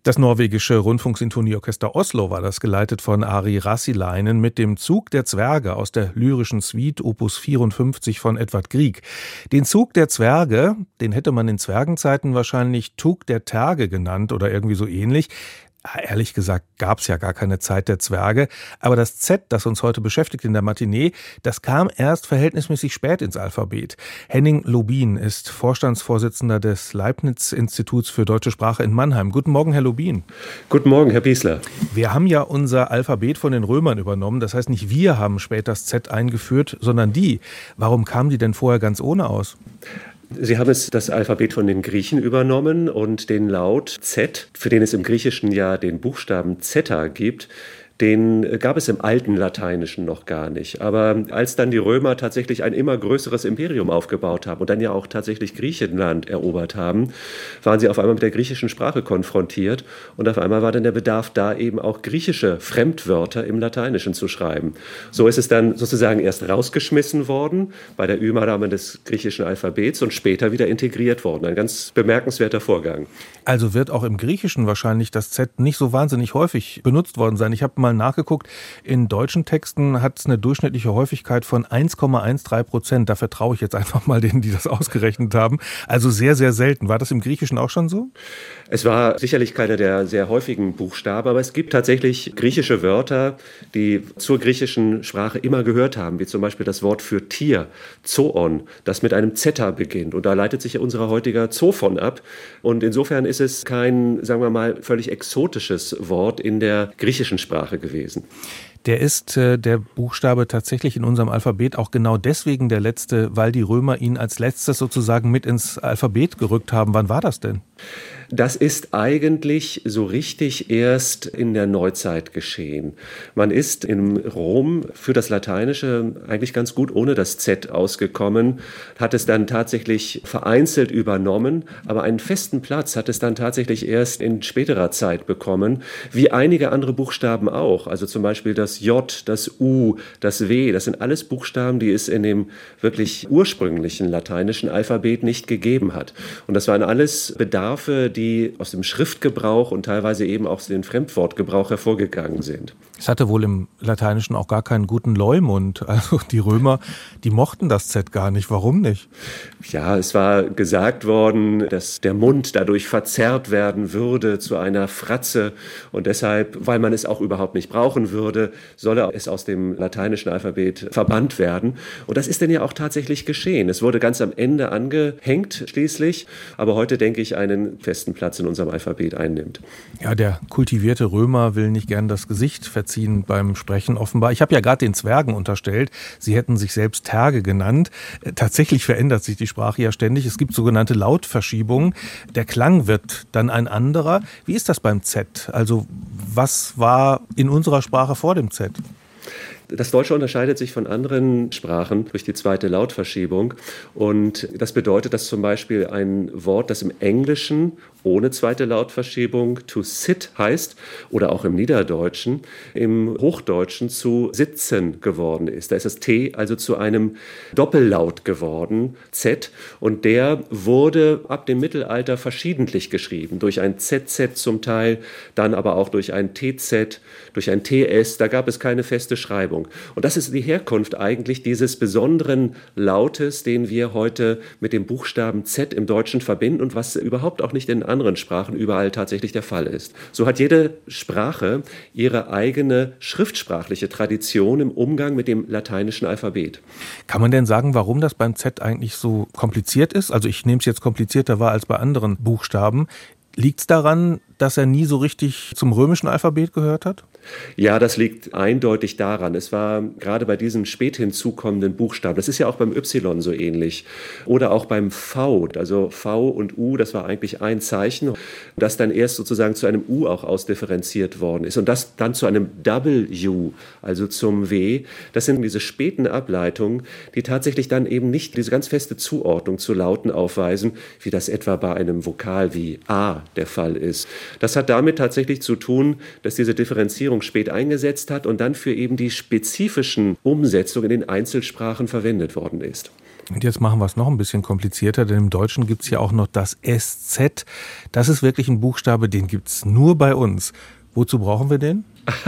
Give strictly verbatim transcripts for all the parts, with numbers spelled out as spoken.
Das norwegische Rundfunksinfonieorchester Oslo war das, geleitet von Ari Rassilainen mit dem Zug der Zwerge aus der lyrischen Suite Opus vierundfünfzig von Edvard Grieg. Den Zug der Zwerge, den hätte man in Zwergenzeiten wahrscheinlich Tug der Terge genannt oder irgendwie so ähnlich. Ehrlich gesagt gab es ja gar keine Zeit der Zwerge, aber das Z, das uns heute beschäftigt in der Matinee, das kam erst verhältnismäßig spät ins Alphabet. Henning Lobin ist Vorstandsvorsitzender des Leibniz-Instituts für deutsche Sprache in Mannheim. Guten Morgen, Herr Lobin. Guten Morgen, Herr Biesler. Wir haben ja unser Alphabet von den Römern übernommen, das heißt nicht wir haben spät das Z eingeführt, sondern die. Warum kamen die denn vorher ganz ohne aus? Sie haben es das Alphabet von den Griechen übernommen und den Laut Z, für den es im Griechischen ja den Buchstaben Zeta gibt, den gab es im alten Lateinischen noch gar nicht. Aber als dann die Römer tatsächlich ein immer größeres Imperium aufgebaut haben und dann ja auch tatsächlich Griechenland erobert haben, waren sie auf einmal mit der griechischen Sprache konfrontiert. Und auf einmal war dann der Bedarf da, eben auch griechische Fremdwörter im Lateinischen zu schreiben. So ist es dann sozusagen erst rausgeschmissen worden bei der Übernahme des griechischen Alphabets und später wieder integriert worden. Ein ganz bemerkenswerter Vorgang. Also wird auch im Griechischen wahrscheinlich das Z nicht so wahnsinnig häufig benutzt worden sein. Ich habe mal nachgeguckt, in deutschen Texten hat es eine durchschnittliche Häufigkeit von eins Komma dreizehn Prozent. Da vertraue ich jetzt einfach mal denen, die das ausgerechnet haben. Also sehr, sehr selten. War das im Griechischen auch schon so? Es war sicherlich keiner der sehr häufigen Buchstaben, aber es gibt tatsächlich griechische Wörter, die zur griechischen Sprache immer gehört haben, wie zum Beispiel das Wort für Tier, Zoon, das mit einem Zeta beginnt. Und da leitet sich ja unser heutiger Zophon ab. Und insofern ist es kein, sagen wir mal, völlig exotisches Wort in der griechischen Sprache gewesen. Der ist, äh, der Buchstabe tatsächlich in unserem Alphabet auch genau deswegen der letzte, weil die Römer ihn als letztes sozusagen mit ins Alphabet gerückt haben. Wann war das denn? Das ist eigentlich so richtig erst in der Neuzeit geschehen. Man ist in Rom für das Lateinische eigentlich ganz gut ohne das Z ausgekommen, hat es dann tatsächlich vereinzelt übernommen, aber einen festen Platz hat es dann tatsächlich erst in späterer Zeit bekommen, wie einige andere Buchstaben auch. Also zum Beispiel das J, das U, das W, das sind alles Buchstaben, die es in dem wirklich ursprünglichen lateinischen Alphabet nicht gegeben hat. Und das waren alles Bedarfe, die aus dem Schriftgebrauch und teilweise eben auch aus dem Fremdwortgebrauch hervorgegangen sind. Es hatte wohl im Lateinischen auch gar keinen guten Leumund. Also die Römer, die mochten das Z gar nicht. Warum nicht? Ja, es war gesagt worden, dass der Mund dadurch verzerrt werden würde zu einer Fratze. Und deshalb, weil man es auch überhaupt nicht brauchen würde, solle es aus dem lateinischen Alphabet verbannt werden. Und das ist denn ja auch tatsächlich geschehen. Es wurde ganz am Ende angehängt schließlich, aber heute, denke ich, einen festen Platz in unserem Alphabet einnimmt. Ja, der kultivierte Römer will nicht gern das Gesicht verziehen beim Sprechen offenbar. Ich habe ja gerade den Zwergen unterstellt, sie hätten sich selbst Terge genannt. Tatsächlich verändert sich die Sprache ja ständig. Es gibt sogenannte Lautverschiebungen. Der Klang wird dann ein anderer. Wie ist das beim Z? Also was war in unserer Sprache vor dem Z? Das Deutsche unterscheidet sich von anderen Sprachen durch die zweite Lautverschiebung. Und das bedeutet, dass zum Beispiel ein Wort, das im Englischen ohne zweite Lautverschiebung to sit heißt oder auch im Niederdeutschen, im Hochdeutschen zu sitzen geworden ist. Da ist das T also zu einem Doppellaut geworden, Z. Und der wurde ab dem Mittelalter verschiedentlich geschrieben, durch ein Z Z zum Teil, dann aber auch durch ein T Z, durch ein T S. Da gab es keine feste Schreibung. Und das ist die Herkunft eigentlich dieses besonderen Lautes, den wir heute mit dem Buchstaben Z im Deutschen verbinden und was überhaupt auch nicht in anderen Sprachen überall tatsächlich der Fall ist. So hat jede Sprache ihre eigene schriftsprachliche Tradition im Umgang mit dem lateinischen Alphabet. Kann man denn sagen, warum das beim Z eigentlich so kompliziert ist? Also ich nehme es jetzt komplizierter wahr als bei anderen Buchstaben. Liegt es daran, dass er nie so richtig zum römischen Alphabet gehört hat? Ja, das liegt eindeutig daran. Es war gerade bei diesen spät hinzukommenden Buchstaben, das ist ja auch beim Y so ähnlich, oder auch beim V, also V und U, das war eigentlich ein Zeichen, das dann erst sozusagen zu einem U auch ausdifferenziert worden ist und das dann zu einem W, also zum W. Das sind diese späten Ableitungen, die tatsächlich dann eben nicht diese ganz feste Zuordnung zu Lauten aufweisen, wie das etwa bei einem Vokal wie A der Fall ist. Das hat damit tatsächlich zu tun, dass diese Differenzierung spät eingesetzt hat und dann für eben die spezifischen Umsetzungen in den Einzelsprachen verwendet worden ist. Und jetzt machen wir es noch ein bisschen komplizierter, denn im Deutschen gibt es ja auch noch das S Z. Das ist wirklich ein Buchstabe, den gibt es nur bei uns. Wozu brauchen wir den?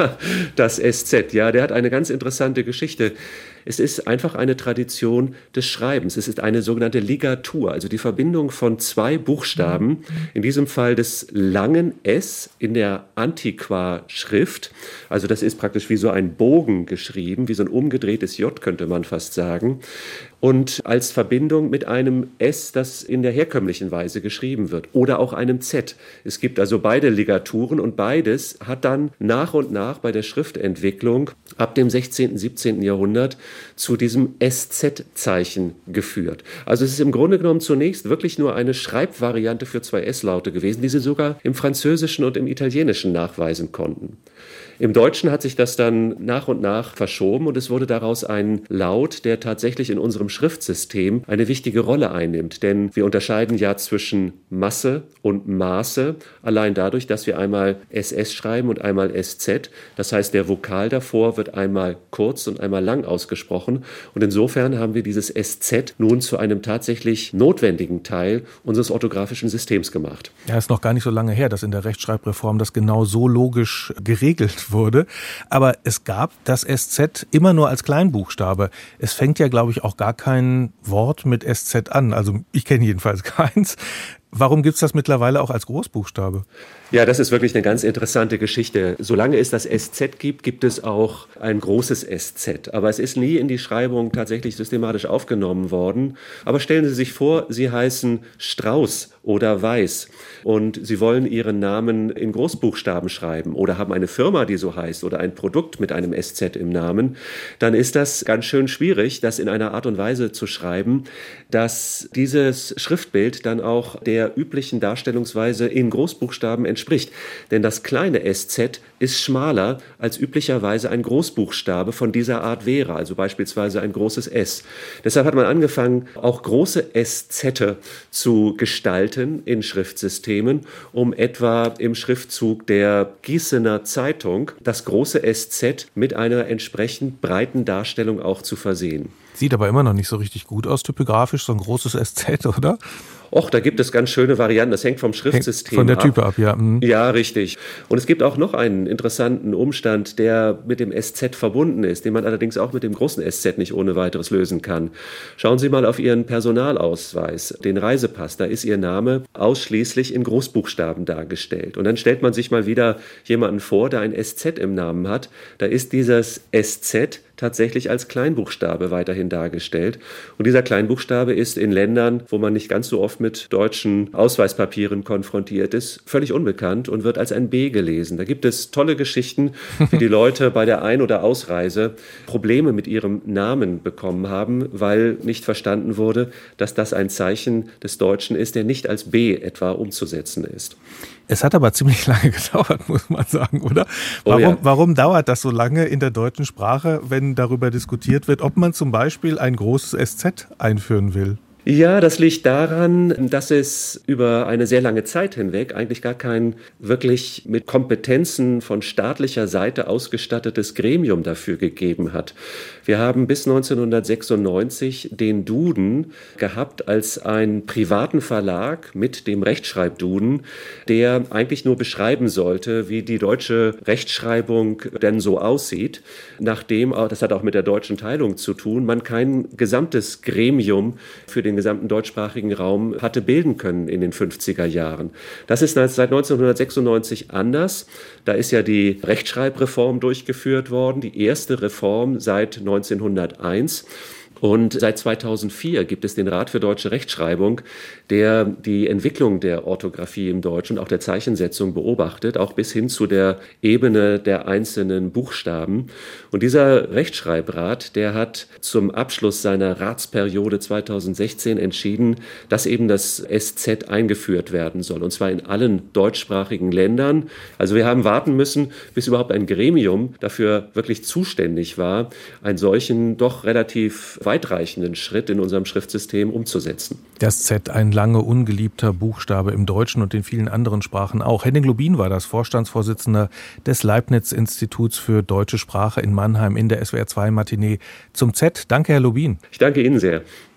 Das S Z, ja, der hat eine ganz interessante Geschichte. Es ist einfach eine Tradition des Schreibens. Es ist eine sogenannte Ligatur, also die Verbindung von zwei Buchstaben, in diesem Fall des langen S in der Antiqua-Schrift. Also das ist praktisch wie so ein Bogen geschrieben, wie so ein umgedrehtes J, könnte man fast sagen. Und als Verbindung mit einem S, das in der herkömmlichen Weise geschrieben wird, oder auch einem Z. Es gibt also beide Ligaturen und beides hat dann nach und nach bei der Schriftentwicklung ab dem sechzehnten, siebzehnten Jahrhundert zu diesem S Z-Zeichen geführt. Also es ist im Grunde genommen zunächst wirklich nur eine Schreibvariante für zwei S-Laute gewesen, die sie sogar im Französischen und im Italienischen nachweisen konnten. Im Deutschen hat sich das dann nach und nach verschoben und es wurde daraus ein Laut, der tatsächlich in unserem Schriftsystem eine wichtige Rolle einnimmt. Denn wir unterscheiden ja zwischen Masse und Maße, allein dadurch, dass wir einmal S S schreiben und einmal S Z. Das heißt, der Vokal davor wird einmal kurz und einmal lang ausgesprochen. Und insofern haben wir dieses S Z nun zu einem tatsächlich notwendigen Teil unseres orthografischen Systems gemacht. Ja, ist noch gar nicht so lange her, dass in der Rechtschreibreform das genau so logisch geregelt wurde. Aber es gab das S Z immer nur als Kleinbuchstabe. Es fängt ja, glaube ich, auch gar kein Wort mit S Z an. Also ich kenne jedenfalls keins. Warum gibt es das mittlerweile auch als Großbuchstabe? Ja, das ist wirklich eine ganz interessante Geschichte. Solange es das S Z gibt, gibt es auch ein großes S Z. Aber es ist nie in die Schreibung tatsächlich systematisch aufgenommen worden. Aber stellen Sie sich vor, Sie heißen Strauß oder Weiß und Sie wollen Ihren Namen in Großbuchstaben schreiben oder haben eine Firma, die so heißt oder ein Produkt mit einem S Z im Namen, dann ist das ganz schön schwierig, das in einer Art und Weise zu schreiben, dass dieses Schriftbild dann auch der üblichen Darstellungsweise in Großbuchstaben entspricht. Denn das kleine S Z ist schmaler als üblicherweise ein Großbuchstabe von dieser Art wäre, also beispielsweise ein großes S. Deshalb hat man angefangen, auch große S Z zu gestalten in Schriftsystemen, um etwa im Schriftzug der Gießener Zeitung das große S Z mit einer entsprechend breiten Darstellung auch zu versehen. Sieht aber immer noch nicht so richtig gut aus, typografisch, so ein großes S Z, oder? Och, da gibt es ganz schöne Varianten. Das hängt vom Schriftsystem ab. Von der Type ab, ja. Mhm. Ja, richtig. Und es gibt auch noch einen interessanten Umstand, der mit dem S Z verbunden ist, den man allerdings auch mit dem großen S Z nicht ohne weiteres lösen kann. Schauen Sie mal auf Ihren Personalausweis, den Reisepass. Da ist Ihr Name ausschließlich in Großbuchstaben dargestellt. Und dann stellt man sich mal wieder jemanden vor, der ein S Z im Namen hat. Da ist dieses S Z tatsächlich als Kleinbuchstabe weiterhin dargestellt. Und dieser Kleinbuchstabe ist in Ländern, wo man nicht ganz so oft mit deutschen Ausweispapieren konfrontiert ist, völlig unbekannt und wird als ein B gelesen. Da gibt es tolle Geschichten, wie die Leute bei der Ein- oder Ausreise Probleme mit ihrem Namen bekommen haben, weil nicht verstanden wurde, dass das ein Zeichen des Deutschen ist, der nicht als B etwa umzusetzen ist. Es hat aber ziemlich lange gedauert, muss man sagen, oder? Warum, oh ja. warum dauert das so lange in der deutschen Sprache, wenn darüber diskutiert wird, ob man zum Beispiel ein großes S Z einführen will? Ja, das liegt daran, dass es über eine sehr lange Zeit hinweg eigentlich gar kein wirklich mit Kompetenzen von staatlicher Seite ausgestattetes Gremium dafür gegeben hat. Wir haben bis neunzehnhundertsechsundneunzig den Duden gehabt als einen privaten Verlag mit dem Rechtschreibduden, der eigentlich nur beschreiben sollte, wie die deutsche Rechtschreibung denn so aussieht, nachdem, das hat auch mit der deutschen Teilung zu tun, man kein gesamtes Gremium für den gesamten deutschsprachigen Raum hatte bilden können in den fünfziger Jahren. Das ist seit neunzehnhundertsechsundneunzig anders. Da ist ja die Rechtschreibreform durchgeführt worden, die erste Reform seit neunzehnhunderteins. Und seit zweitausendvier gibt es den Rat für deutsche Rechtschreibung, der die Entwicklung der Orthographie im Deutschen und auch der Zeichensetzung beobachtet, auch bis hin zu der Ebene der einzelnen Buchstaben. Und dieser Rechtschreibrat, der hat zum Abschluss seiner Ratsperiode zweitausendsechzehn entschieden, dass eben das S Z eingeführt werden soll, und zwar in allen deutschsprachigen Ländern. Also wir haben warten müssen, bis überhaupt ein Gremium dafür wirklich zuständig war, einen solchen doch relativ weitreichenden Schritt in unserem Schriftsystem umzusetzen. Das Z, ein lange ungeliebter Buchstabe im Deutschen und in vielen anderen Sprachen auch. Henning Lubin war das, Vorstandsvorsitzender des Leibniz-Instituts für deutsche Sprache in Mannheim in der S W R zwei Matinee zum Z. Danke, Herr Lubin. Ich danke Ihnen sehr.